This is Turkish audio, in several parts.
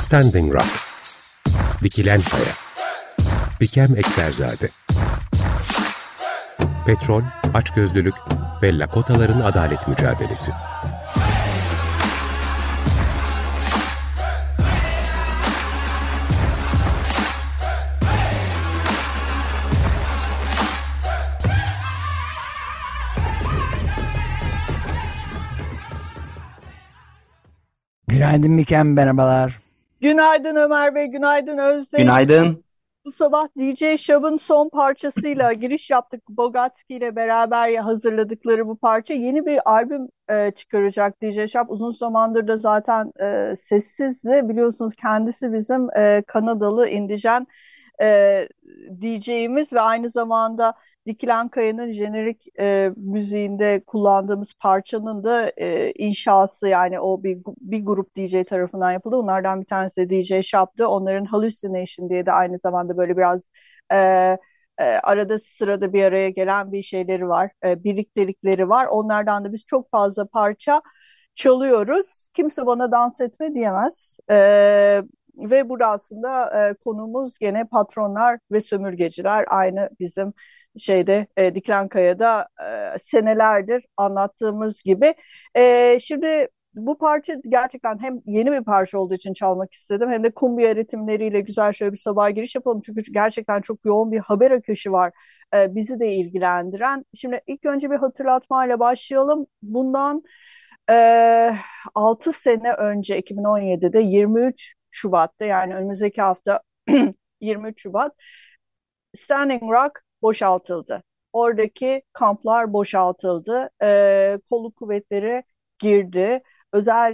Standing Rock, Dikilen Kaya, Bikem Ekberzade, Petrol, Açgözlülük ve Lakotaların Adalet Mücadelesi. Günaydın Mikem, merhabalar. Günaydın Ömer Bey, günaydın Özdeş. Günaydın. Bu sabah DJ Shab'ın son parçasıyla giriş yaptık. Bogatski ile beraber hazırladıkları bu parça. Yeni bir albüm çıkaracak DJ Shab. Uzun zamandır da zaten sessizdi. Biliyorsunuz kendisi bizim Kanadalı indijen DJ'imiz ve aynı zamanda Dikilen Kaya'nın jenerik müziğinde kullandığımız parçanın da inşası, yani o bir grup DJ tarafından yapıldı. Onlardan bir tanesi de DJ Shop'tı. Onların Hallucination diye de aynı zamanda böyle biraz e, arada sırada bir araya gelen bir şeyleri var. Birliktelikleri var. Onlardan da biz çok fazla parça çalıyoruz. Kimse bana dans etme diyemez. Ve burada aslında konumuz gene patronlar ve sömürgeciler, aynı bizim Diklankaya'da senelerdir anlattığımız gibi. Şimdi bu parça gerçekten hem yeni bir parça olduğu için çalmak istedim, hem de kumbiya ritimleriyle güzel şöyle bir sabah giriş yapalım. Çünkü gerçekten çok yoğun bir haber akışı var bizi de ilgilendiren. Şimdi ilk önce bir hatırlatmayla başlayalım. Bundan e, 6 sene önce 2017'de 23 Şubat'ta, yani önümüzdeki hafta 23 Şubat, Standing Rock boşaltıldı. Oradaki kamplar boşaltıldı. Kolluk kuvvetleri girdi. Özel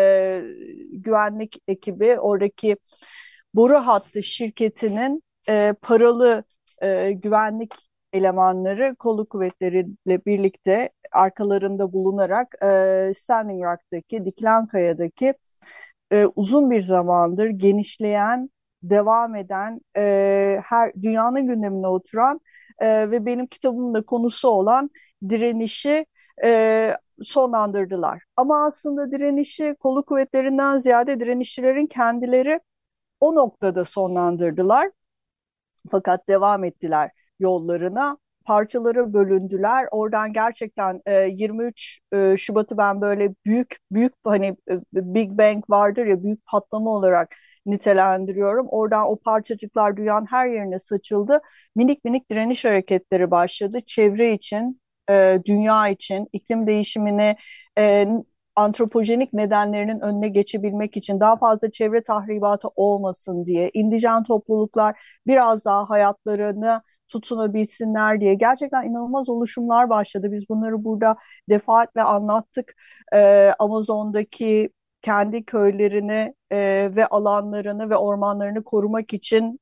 güvenlik ekibi oradaki boru hattı şirketinin paralı güvenlik elemanları kolluk kuvvetleriyle birlikte arkalarında bulunarak Standing Rock'taki, Dikilen Kaya'daki uzun bir zamandır genişleyen, devam eden, her dünyanın gündemine oturan ve benim kitabımın da konusu olan direnişi sonlandırdılar. Ama aslında direnişi kolluk kuvvetlerinden ziyade direnişçilerin kendileri o noktada sonlandırdılar. Fakat devam ettiler yollarına. Parçalara bölündüler. Oradan gerçekten 23 Şubat'ı ben böyle büyük büyük, hani Big Bang vardır ya, büyük patlama olarak nitelendiriyorum. Oradan o parçacıklar dünyanın her yerine saçıldı. Minik minik direniş hareketleri başladı. Çevre için, dünya için, iklim değişimini, e, antropojenik nedenlerinin önüne geçebilmek için, daha fazla çevre tahribatı olmasın diye, indijen topluluklar biraz daha hayatlarını tutunabilsinler diye gerçekten inanılmaz oluşumlar başladı. Biz bunları burada defaatle anlattık. Amazon'daki kendi köylerini ve alanlarını ve ormanlarını korumak için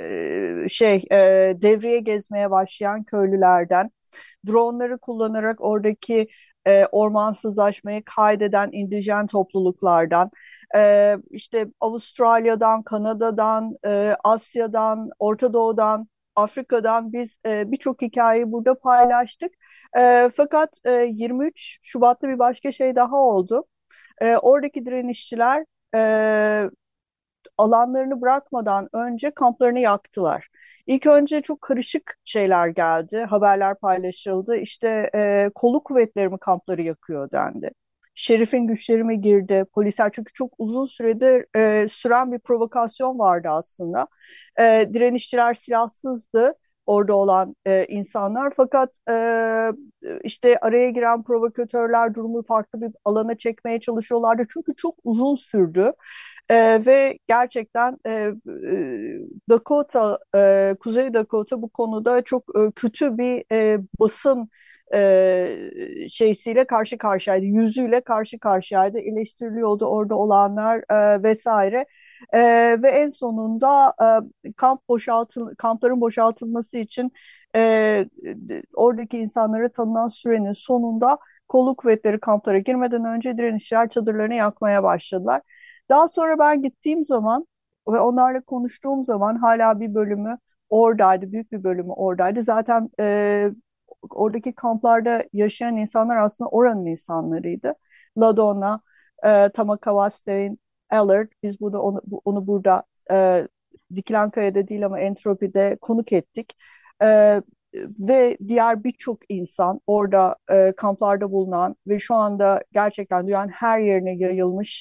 devreye gezmeye başlayan köylülerden, dronları kullanarak oradaki ormansızlaşmayı kaydeden indijen topluluklardan, işte Avustralya'dan, Kanada'dan, Asya'dan, Orta Doğu'dan, Afrika'dan biz birçok hikayeyi burada paylaştık. Fakat 23 Şubat'ta bir başka şey daha oldu. Oradaki direnişçiler alanlarını bırakmadan önce kamplarını yaktılar. İlk önce çok karışık şeyler geldi, haberler paylaşıldı. İşte kolluk kuvvetleri mi kampları yakıyor dendi. Şerif'in güçleri mi girdi, polisler, çünkü çok uzun süredir süren bir provokasyon vardı aslında. Direnişçiler silahsızdı, orada olan insanlar, fakat işte araya giren provokatörler durumu farklı bir alana çekmeye çalışıyorlardı. Çünkü çok uzun sürdü. Ve gerçekten Dakota, Kuzey Dakota bu konuda çok kötü bir basın şeysiyle karşı karşıyaydı, yüzüyle karşı karşıyaydı, eleştiriliyordu orada olanlar vesaire. E, Ve en sonunda kampların boşaltılması için oradaki insanlara tanınan sürenin sonunda kolluk kuvvetleri kamplara girmeden önce direnişçiler çadırlarını yakmaya başladılar. Daha sonra ben gittiğim zaman ve onlarla konuştuğum zaman hala bir bölümü oradaydı, büyük bir bölümü oradaydı. Zaten oradaki kamplarda yaşayan insanlar aslında oranın insanlarıydı. Ladona, Tamakavastey'in, Allard. Biz onu burada Diklankaya'da değil ama Entropi'de konuk ettik. E, Ve diğer birçok insan orada kamplarda bulunan ve şu anda gerçekten dünyanın her yerine yayılmış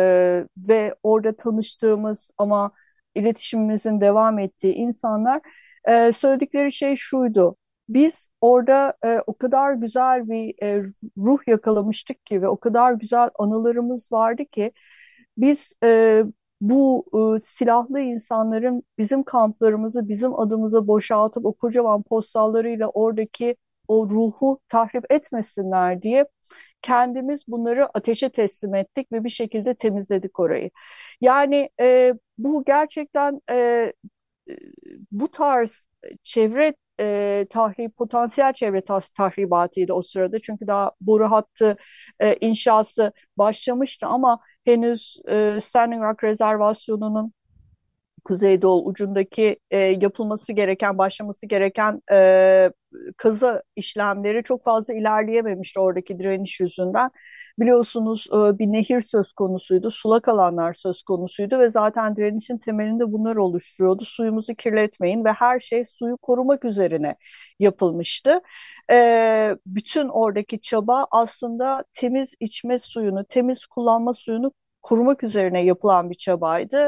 ve orada tanıştığımız ama iletişimimizin devam ettiği insanlar söyledikleri şey şuydu. Biz orada o kadar güzel bir ruh yakalamıştık ki ve o kadar güzel anılarımız vardı ki biz bu silahlı insanların bizim kamplarımızı bizim adımıza boşaltıp o kocaman postallarıyla oradaki o ruhu tahrip etmesinler diye kendimiz bunları ateşe teslim ettik ve bir şekilde temizledik orayı. Yani bu gerçekten e, bu tarz çevre potansiyel çevre tahribatıydı o sırada. Çünkü daha boru hattı inşası başlamıştı ama henüz Standing Rock Rezervasyonu'nun Kuzeydoğu ucundaki yapılması gereken, başlaması gereken kazı işlemleri çok fazla ilerleyememişti oradaki direniş yüzünden. Biliyorsunuz bir nehir söz konusuydu, sulak alanlar söz konusuydu ve zaten direnişin temelinde bunlar oluşturuyordu. Suyumuzu kirletmeyin ve her şey suyu korumak üzerine yapılmıştı. Bütün oradaki çaba aslında temiz içme suyunu, temiz kullanma suyunu korumak üzerine yapılan bir çabaydı.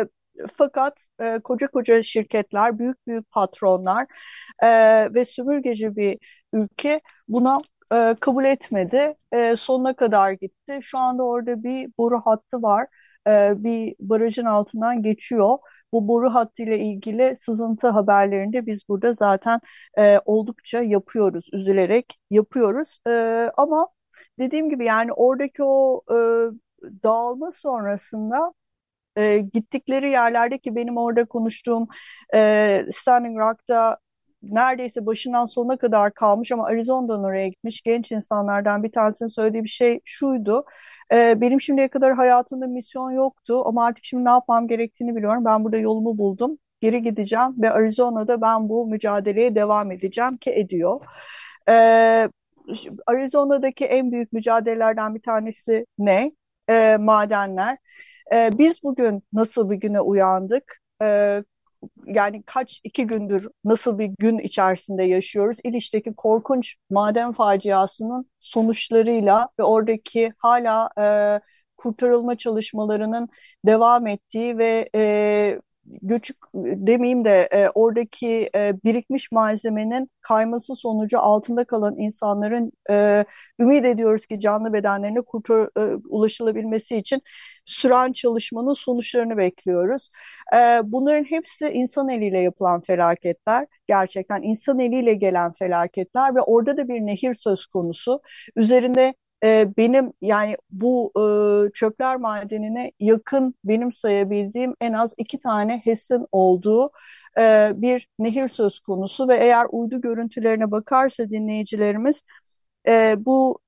Fakat koca koca şirketler, büyük büyük patronlar e, ve sömürgeci bir ülke buna kabul etmedi. Sonuna kadar gitti. Şu anda orada bir boru hattı var. Bir barajın altından geçiyor. Bu boru hattı ile ilgili sızıntı haberlerini de biz burada zaten oldukça yapıyoruz, üzülerek yapıyoruz. Ama dediğim gibi yani oradaki o dağılma sonrasında gittikleri yerlerdeki benim orada konuştuğum Standing Rock'ta neredeyse başından sonuna kadar kalmış ama Arizona'dan oraya gitmiş genç insanlardan bir tanesinin söylediği bir şey şuydu. Benim şimdiye kadar hayatımda misyon yoktu ama artık şimdi ne yapmam gerektiğini biliyorum. Ben burada yolumu buldum. Geri gideceğim ve Arizona'da ben bu mücadeleye devam edeceğim ki ediyor. E, Arizona'daki en büyük mücadelelerden bir tanesi ne? Madenler. Biz bugün nasıl bir güne uyandık? Yani iki gündür nasıl bir gün içerisinde yaşıyoruz? İliç'teki korkunç maden faciasının sonuçlarıyla ve oradaki hala kurtarılma çalışmalarının devam ettiği ve göçük demeyeyim de oradaki birikmiş malzemenin kayması sonucu altında kalan insanların ümit ediyoruz ki canlı bedenlerine ulaşılabilmesi için süren çalışmanın sonuçlarını bekliyoruz. Bunların hepsi insan eliyle yapılan felaketler. Gerçekten insan eliyle gelen felaketler ve orada da bir nehir söz konusu. Üzerinde benim yani bu çöpler madenine yakın benim sayabildiğim en az iki tane HES'in olduğu bir nehir söz konusu ve eğer uydu görüntülerine bakarsa dinleyicilerimiz bu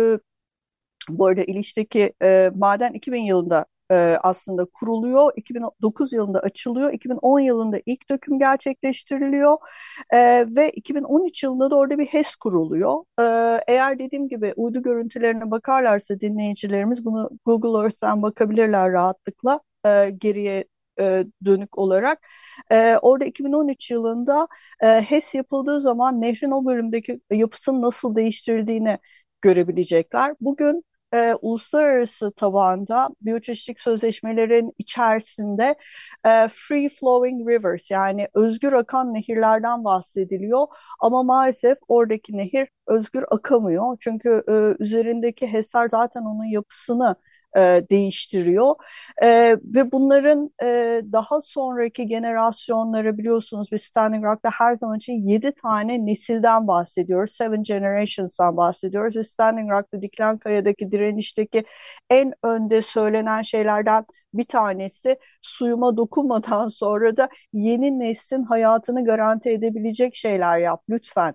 bu arada İliç'teki maden 2000 yılında aslında kuruluyor. 2009 yılında açılıyor. 2010 yılında ilk döküm gerçekleştiriliyor. Ve 2013 yılında da orada bir HES kuruluyor. Eğer dediğim gibi uydu görüntülerine bakarlarsa dinleyicilerimiz bunu Google Earth'ten bakabilirler rahatlıkla geriye dönük olarak. Orada 2013 yılında HES yapıldığı zaman nehrin o bölümdeki yapısının nasıl değiştirildiğini görebilecekler. Bugün uluslararası tabanda biyoçeşitlilik sözleşmelerin içerisinde free flowing rivers yani özgür akan nehirlerden bahsediliyor. Ama maalesef oradaki nehir özgür akamıyor. Çünkü üzerindeki HES'ler zaten onun yapısını değiştiriyor. Ve bunların daha sonraki generasyonları biliyorsunuz biz Standing Rock'ta her zaman için 7 tane nesilden bahsediyoruz. Seven Generations'dan bahsediyoruz. Ve Standing Rock'ta Diklankaya'daki direnişteki en önde söylenen şeylerden bir tanesi suyuma dokunmadan sonra da yeni neslin hayatını garanti edebilecek şeyler yap lütfen.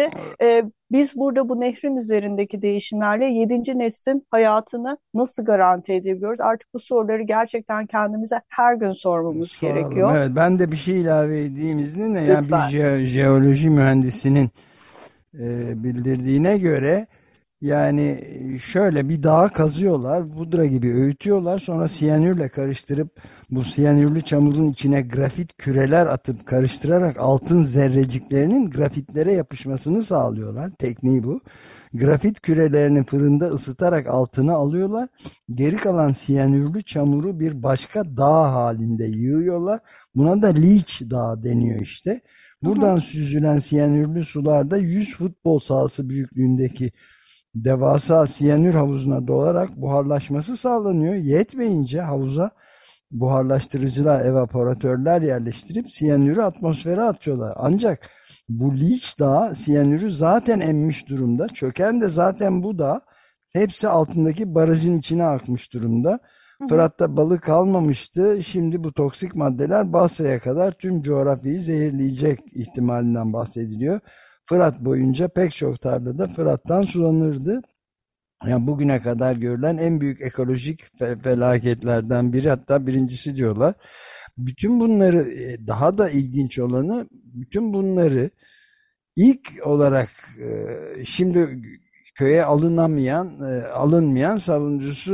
Biz burada bu nehrin üzerindeki değişimlerle yedinci neslin hayatını nasıl garanti edebiliyoruz? Artık bu soruları gerçekten kendimize her gün sormamız Soralım. gerekiyor. Evet, ben de bir şey ilave edeyim izninle. Yani bir Lütfen. jeoloji mühendisinin bildirdiğine göre Yani şöyle bir dağa kazıyorlar, pudra gibi öğütüyorlar, sonra siyanürle karıştırıp bu siyanürlü çamurun içine grafit küreler atıp karıştırarak altın zerreciklerinin grafitlere yapışmasını sağlıyorlar. Tekniği bu. Grafit kürelerini fırında ısıtarak altını alıyorlar. Geri kalan siyanürlü çamuru bir başka dağ halinde yığıyorlar. Buna da leach dağı deniyor işte. Hı hı. Buradan süzülen siyanürlü sularda 100 futbol sahası büyüklüğündeki devasa siyanür havuzuna dolarak buharlaşması sağlanıyor. Yetmeyince havuza buharlaştırıcılar, evaporatörler yerleştirip siyanürü atmosfere atıyorlar. Ancak bu Leach Dağı siyanürü zaten emmiş durumda. Çöken de zaten bu dağ. Hepsi altındaki barajın içine akmış durumda. Hı hı. Fırat'ta balık kalmamıştı. Şimdi bu toksik maddeler Basra'ya kadar tüm coğrafyayı zehirleyecek ihtimalinden bahsediliyor. Fırat boyunca pek çok tarlada Fırat'tan sulanırdı. Yani bugüne kadar görülen en büyük ekolojik felaketlerden biri, hatta birincisi diyorlar. Bütün bunları, daha da ilginç olanı, bütün bunları ilk olarak şimdi köye alınmayan savunucusu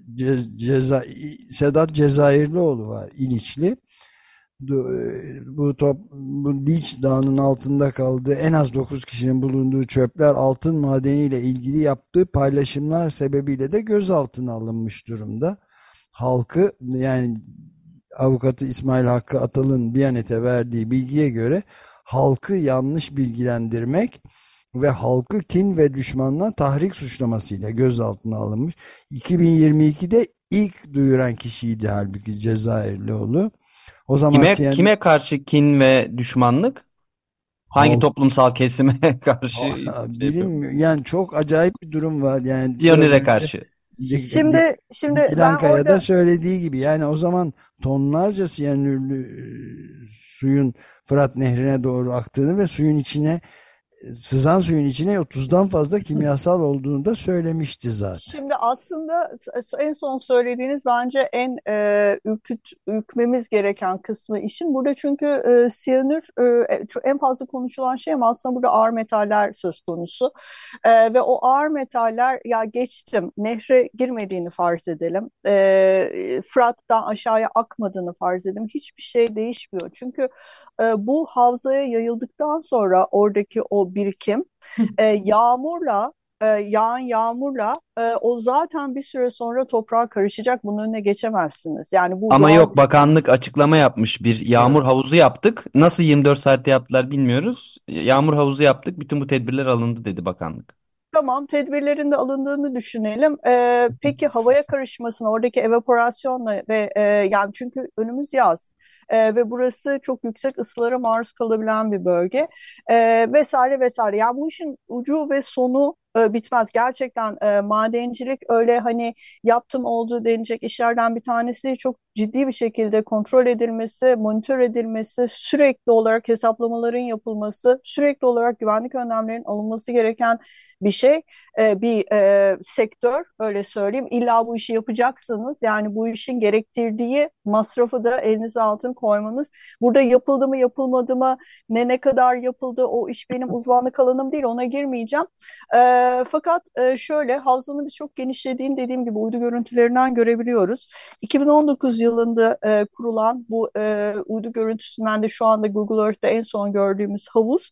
Sedat Cezayirlioğlu var, İliçli. Bu Liç Dağı'nın altında kaldığı en az 9 kişinin bulunduğu çöpler altın madeniyle ilgili yaptığı paylaşımlar sebebiyle de gözaltına alınmış durumda. Halkı, yani avukatı İsmail Hakkı Atal'ın Biyanet'e verdiği bilgiye göre halkı yanlış bilgilendirmek ve halkı kin ve düşmanlığa tahrik suçlamasıyla gözaltına alınmış. 2022'de ilk duyuran kişiydi halbuki Cezayirlioğlu. O zaman CNN Kime karşı kin ve düşmanlık? Hangi halk toplumsal kesime karşı şey yapıyor? bilinmiyor. Yani çok acayip bir durum var. Yani biraz Siyoniz'e önce karşı. Şimdi Dikilen ben Kaya'da orada söylediği gibi, yani o zaman tonlarca siyanürlü suyun Fırat Nehri'ne doğru aktığını ve sızan suyun içine 30'dan fazla kimyasal olduğunu da söylemişti zaten. Şimdi aslında en son söylediğiniz bence en ürkmemiz gereken kısmı işin. Burada çünkü siyanür en fazla konuşulan şey, ama aslında burada ağır metaller söz konusu. Ve o ağır metaller, ya geçtim, nehre girmediğini farz edelim. Fırat'tan aşağıya akmadığını farz edelim. Hiçbir şey değişmiyor. Çünkü bu havzaya yayıldıktan sonra oradaki o birikim yağan yağmurla o zaten bir süre sonra toprağa karışacak. Bunun önüne geçemezsiniz. Yani bu Ama doğal yok, bir şey. bakanlık açıklama yapmış. Bir Evet. yağmur havuzu yaptık. Nasıl 24 saatte yaptılar bilmiyoruz. Yağmur havuzu yaptık. Bütün bu tedbirler alındı dedi bakanlık. Tamam, tedbirlerin de alındığını düşünelim. Peki havaya karışmasına, oradaki evaporasyonla ve yani çünkü önümüz yaz. Ve burası çok yüksek ısılara maruz kalabilen bir bölge. Vesaire vesaire. Yani bu işin ucu ve sonu bitmez. Gerçekten madencilik öyle hani yaptım oldu denilecek işlerden bir tanesi değil. Çok ciddi bir şekilde kontrol edilmesi, monitör edilmesi, sürekli olarak hesaplamaların yapılması, sürekli olarak güvenlik önlemlerinin alınması gereken bir şey, bir sektör, öyle söyleyeyim. İlla bu işi yapacaksınız. Yani bu işin gerektirdiği masrafı da elinize altın koymanız. Burada yapıldı mı yapılmadı mı, ne kadar yapıldı, o iş benim uzmanlık alanım değil, ona girmeyeceğim. Fakat şöyle, havzanın biz çok genişlediğini dediğim gibi uydu görüntülerinden görebiliyoruz. 2019 yılında kurulan bu uydu görüntüsünden de şu anda Google Earth'te en son gördüğümüz havuz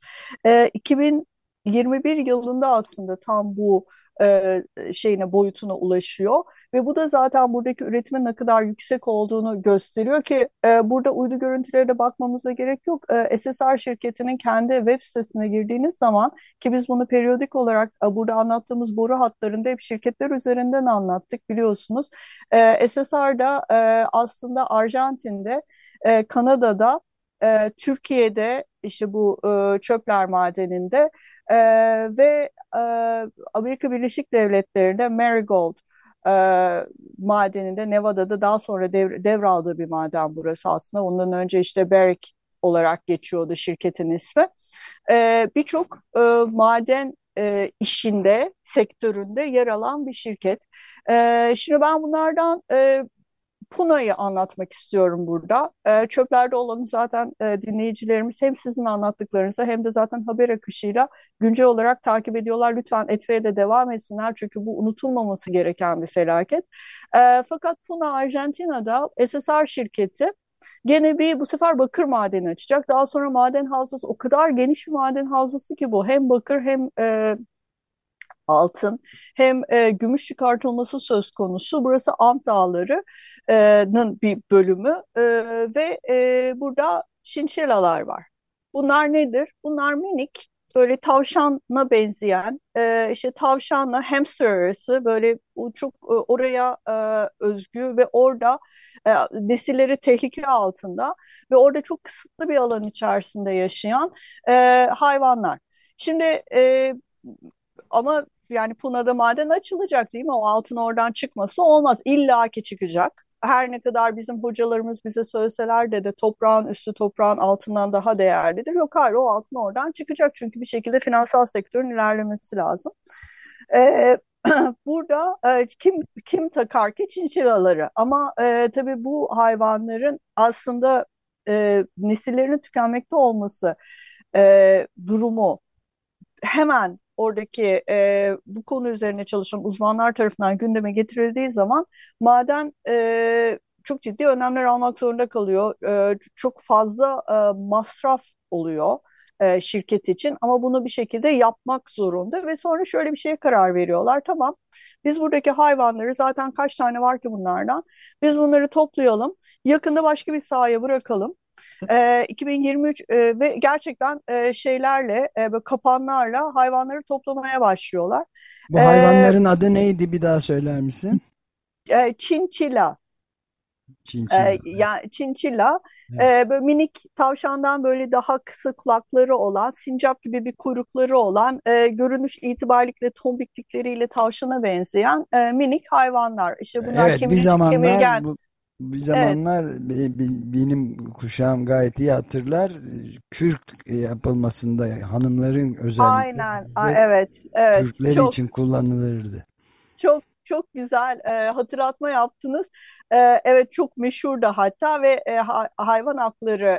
2021 yılında aslında tam bu boyutuna ulaşıyor ve bu da zaten buradaki üretimin ne kadar yüksek olduğunu gösteriyor ki burada uydu görüntülerine bakmamıza gerek yok. SSR şirketinin kendi web sitesine girdiğiniz zaman, ki biz bunu periyodik olarak burada anlattığımız boru hatlarında hep şirketler üzerinden anlattık biliyorsunuz. SSR'da aslında Arjantin'de, Kanada'da, Türkiye'de işte bu çöpler madeninde e, ve Amerika Birleşik Devletleri'nde Marigold e, madeninde, Nevada'da daha sonra devraldığı bir maden burası aslında. Ondan önce işte Barrick olarak geçiyordu şirketin ismi. Birçok maden sektöründe yer alan bir şirket. Şimdi ben bunlardan Puna'yı anlatmak istiyorum burada. Çöplerde olanı zaten dinleyicilerimiz hem sizin anlattıklarınızı hem de zaten haber akışıyla güncel olarak takip ediyorlar. Lütfen etmeye de devam etsinler çünkü bu unutulmaması gereken bir felaket. Fakat Puna Arjantina'da SSR şirketi gene bir bu sefer bakır madeni açacak. Daha sonra maden havzası o kadar geniş bir maden havzası ki bu hem bakır hem altın hem gümüş çıkartılması söz konusu. Burası Ant Dağları'nın bir bölümü ve burada şinşelalar var. Bunlar nedir? Bunlar minik böyle tavşana benzeyen işte tavşanla hamster arası böyle çok oraya özgü ve orada nesilleri tehlike altında ve orada çok kısıtlı bir alan içerisinde yaşayan hayvanlar. Şimdi ama yani Puna'da maden açılacak değil mi? O altın oradan çıkması olmaz. İlla ki çıkacak. Her ne kadar bizim hocalarımız bize söyleseler de toprağın üstü toprağın altından daha değerlidir. Yok hayır o altın oradan çıkacak. Çünkü bir şekilde finansal sektörün ilerlemesi lazım. Ee, Burada kim takar ki çinçilaları ama tabii bu hayvanların aslında nesillerinin tükenmekte olması durumu hemen oradaki bu konu üzerine çalışan uzmanlar tarafından gündeme getirildiği zaman maden çok ciddi önlemler almak zorunda kalıyor. Çok fazla masraf oluyor şirket için ama bunu bir şekilde yapmak zorunda ve sonra şöyle bir şeye karar veriyorlar. Tamam, biz buradaki hayvanları zaten kaç tane var ki bunlardan? Biz bunları toplayalım, yakında başka bir sahaya bırakalım. 2023 ve gerçekten şeylerle böyle kapanlarla hayvanları toplamaya başlıyorlar. Bu E, hayvanların adı neydi, bir daha söyler misin? Çinçila. Çinçila. Yani çinçila Evet. böyle minik tavşandan böyle daha kısa kulakları olan, sincap gibi bir kuyrukları olan, görünüş itibariyle tombiklikleriyle tavşana benzeyen minik hayvanlar. İşte bunlar Evet, bir zamanlar kemirgen. bir Evet, zamanlar benim kuşağım gayet iyi hatırlar. Kürk yapılmasında hanımların özellikle aynen. ve Evet, evet. kürkleri Çok için kullanılırdı. çok güzel hatırlatma yaptınız. Evet çok meşhur da hatta ve hayvan hakları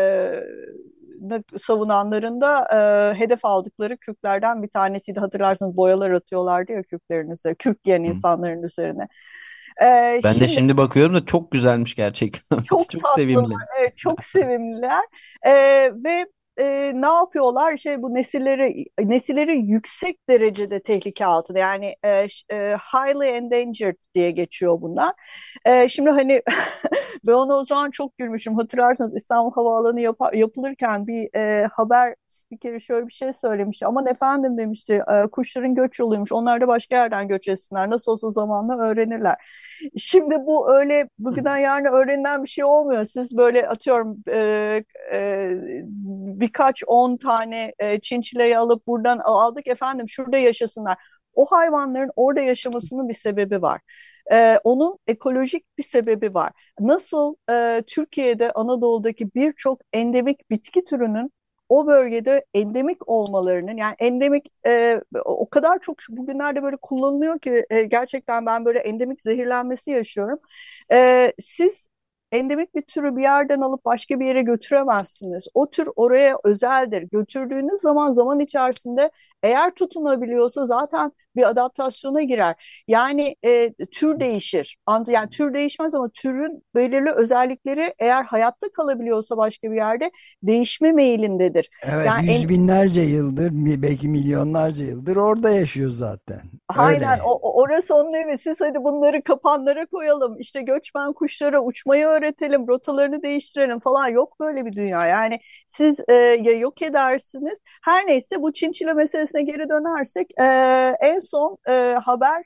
savunanların da hedef aldıkları kürklerden bir tanesiydi. Hatırlarsanız boyalar atıyorlardı ya kürklerinize, kürk giyen Hı. insanların üzerine. Ben de Şimdi şimdi bakıyorum da çok güzelmiş gerçekten. çok Çok tatlılar, sevimli. evet, çok sevimliler. Ve ne yapıyorlar? İşte bu nesilleri yüksek derecede tehlike altında. Yani highly endangered diye geçiyor bunlar. Şimdi hani ben ona o zaman çok gülmüşüm. Hatırlarsanız İstanbul Havaalanı yapılırken bir haber spikeri şöyle bir şey söylemişti. Aman efendim demişti, kuşların göç yoluymuş. Onlar da başka yerden göç etsinler. Nasıl olsa zamanla öğrenirler. Şimdi bu öyle bugünden yarına öğrenilen bir şey olmuyor. Siz böyle atıyorum e, birkaç 10 tane çinçileyi alıp buradan aldık efendim şurada yaşasınlar. O hayvanların orada yaşamasının bir sebebi var. Onun ekolojik bir sebebi var. Nasıl Türkiye'de Anadolu'daki birçok endemik bitki türünün o bölgede endemik olmalarının yani endemik o kadar çok bugünlerde böyle kullanılıyor ki gerçekten ben böyle endemik zehirlenmesi yaşıyorum. Siz endemik bir türü bir yerden alıp başka bir yere götüremezsiniz. O tür oraya özeldir. Götürdüğünüz zaman içerisinde eğer tutunabiliyorsa zaten bir adaptasyona girer. Yani tür değişir. Yani tür değişmez ama türün belirli özellikleri eğer hayatta kalabiliyorsa başka bir yerde değişme meyillindedir. Evet, Yani yüz binlerce yıldır, belki milyonlarca yıldır orada yaşıyor zaten. aynen Öyle. orası onun evi. Siz hadi bunları kapanlara koyalım. İşte göçmen kuşlara uçmayı öğretelim, rotalarını değiştirelim falan. Yok böyle bir dünya. Yani siz ya yok edersiniz. Her neyse bu çinçile meselesine geri dönersek en son haber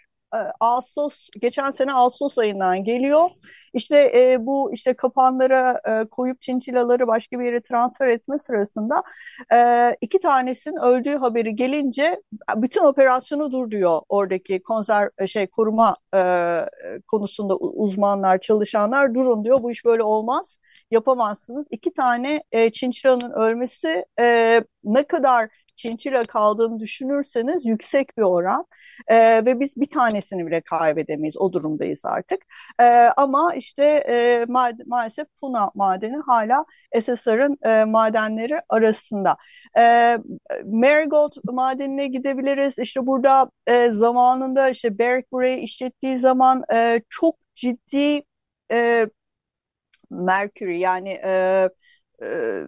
geçen sene Ağustos ayından geliyor. İşte bu işte kapanlara koyup çinçilaları başka bir yere transfer etme sırasında iki tanesinin öldüğü haberi gelince bütün operasyonu dur diyor oradaki koruma konusunda uzmanlar, çalışanlar durun diyor. Bu iş böyle olmaz. Yapamazsınız. İki tane çinçiranın ölmesi ne kadar çinçila kaldığını düşünürseniz yüksek bir oran. Ve biz bir tanesini bile kaybedemeyiz. O durumdayız artık. Ama işte maalesef Puna madeni hala SSR'ın madenleri arasında. E, Marigold madenine gidebiliriz. İşte burada zamanında işte Barrick burayı işlettiği zaman çok ciddi e, merkür yani e,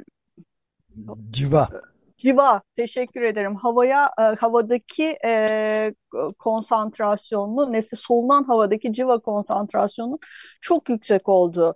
Civa. civa, teşekkür ederim. Havadaki konsantrasyonlu, nefes solunan havadaki civa konsantrasyonu çok yüksek olduğu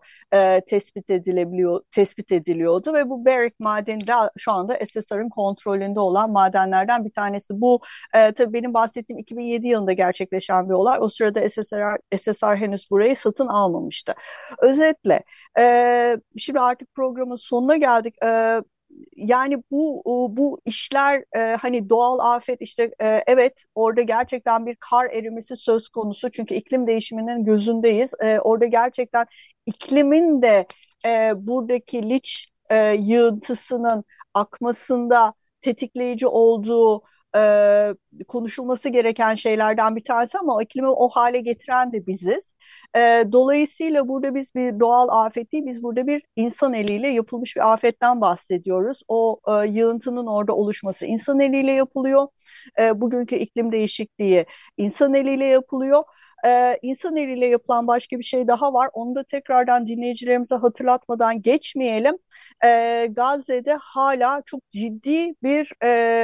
tespit ediliyordu ve bu Barrick madeni de şu anda SSR'ın kontrolünde olan madenlerden bir tanesi. Bu tabii benim bahsettiğim 2007 yılında gerçekleşen bir olay. O sırada SSR henüz burayı satın almamıştı. Özetle, şimdi artık programın sonuna geldik. Yani bu işler hani doğal afet işte evet orada gerçekten bir kar erimesi söz konusu çünkü iklim değişiminin gözündeyiz. Orada gerçekten iklimin de buradaki liç yığıntısının akmasında tetikleyici olduğu konuşulması gereken şeylerden bir tanesi ama o iklimi o hale getiren de biziz. Dolayısıyla burada biz bir doğal afet değil, biz burada bir insan eliyle yapılmış bir afetten bahsediyoruz. O yığıntının orada oluşması insan eliyle yapılıyor. Bugünkü iklim değişikliği insan eliyle yapılıyor. İnsan eliyle yapılan başka bir şey daha var. Onu da tekrardan dinleyicilerimize hatırlatmadan geçmeyelim. Gazze'de hala çok ciddi bir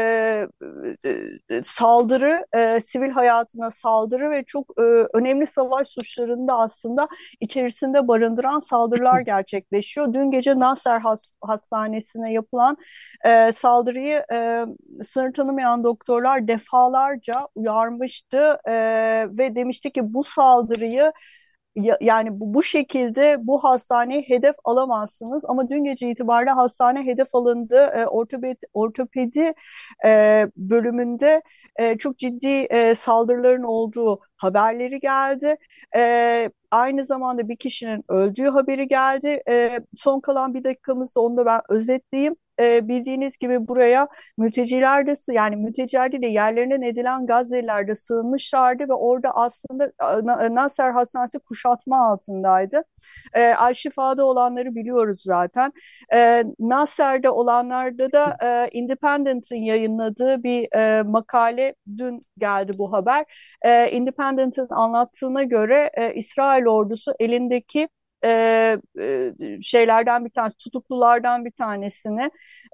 saldırı, sivil hayatına saldırı ve çok önemli savaş suçlarını da aslında içerisinde barındıran saldırılar gerçekleşiyor. Dün gece Nasser Hastanesi'ne yapılan saldırıyı sınır tanımayan doktorlar defalarca uyarmıştı ve demişti ki bu saldırıyı yani bu şekilde bu hastaneye hedef alamazsınız ama dün gece itibariyle hastane hedef alındı. Ortopedi bölümünde çok ciddi saldırıların olduğu haberleri geldi. Aynı zamanda bir kişinin öldüğü haberi geldi. Son kalan bir dakikamızda onu da ben özetleyeyim. Bildiğiniz gibi buraya mülteciler de yani mülteciler değil de yerlerinden edilen Gazze'liler de sığınmışlardı ve orada aslında Nasser Hastanesi kuşatma altındaydı. Al-Şifa'da olanları biliyoruz zaten. Nasser'de olanlarda da Independent'ın yayınladığı bir makale dün geldi bu haber. Independent'ın anlattığına göre İsrail ordusu elindeki şeylerden bir tanesi, tutuklulardan bir tanesini,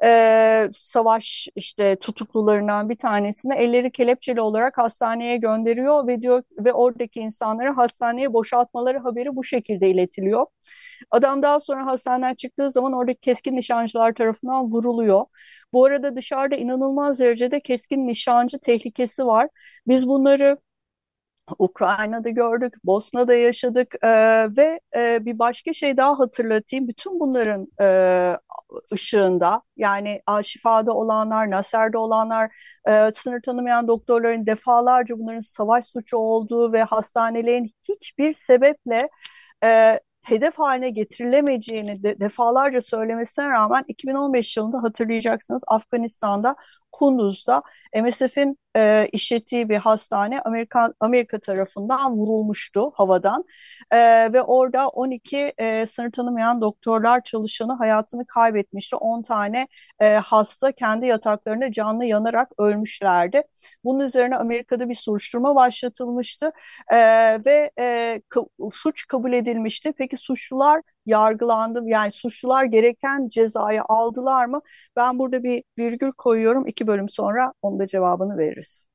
savaş işte tutuklularından bir tanesini elleri kelepçeli olarak hastaneye gönderiyor ve diyor ve oradaki insanlara hastaneye boşaltmaları haberi bu şekilde iletiliyor. Adam daha sonra hastaneden çıktığı zaman oradaki keskin nişancılar tarafından vuruluyor. Bu arada dışarıda inanılmaz derecede keskin nişancı tehlikesi var. Biz bunları Ukrayna'da gördük, Bosna'da yaşadık ve bir başka şey daha hatırlatayım. Bütün bunların ışığında yani Şifa'da olanlar, Nasser'de olanlar, sınır tanımayan doktorların defalarca bunların savaş suçu olduğu ve hastanelerin hiçbir sebeple hedef haline getirilemeyeceğini defalarca söylemesine rağmen 2015 yılında hatırlayacaksınız Afganistan'da Kunduz'da MSF'in işlettiği bir hastane Amerika tarafından vurulmuştu havadan. Ve orada 12 sınır tanımayan doktorlar çalışanı hayatını kaybetmişti. 10 tane hasta kendi yataklarında canlı yanarak ölmüşlerdi. Bunun üzerine Amerika'da bir soruşturma başlatılmıştı ve suç kabul edilmişti. Peki suçlular yargılandı yani suçlular gereken cezayı aldılar mı? Ben burada bir virgül koyuyorum. 2 bölüm sonra onun da cevabını veririz.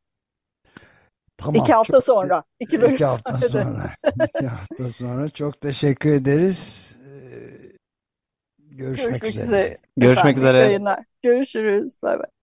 Tamam. 2 hafta sonra. 2 bölüm 2 hafta sonra. sonra. 2 hafta sonra. Çok teşekkür ederiz. Görüşmek Görüşmek üzere. üzere. Görüşmek Efendim, iyi üzere. yayınlar. Görüşürüz. Bay bay.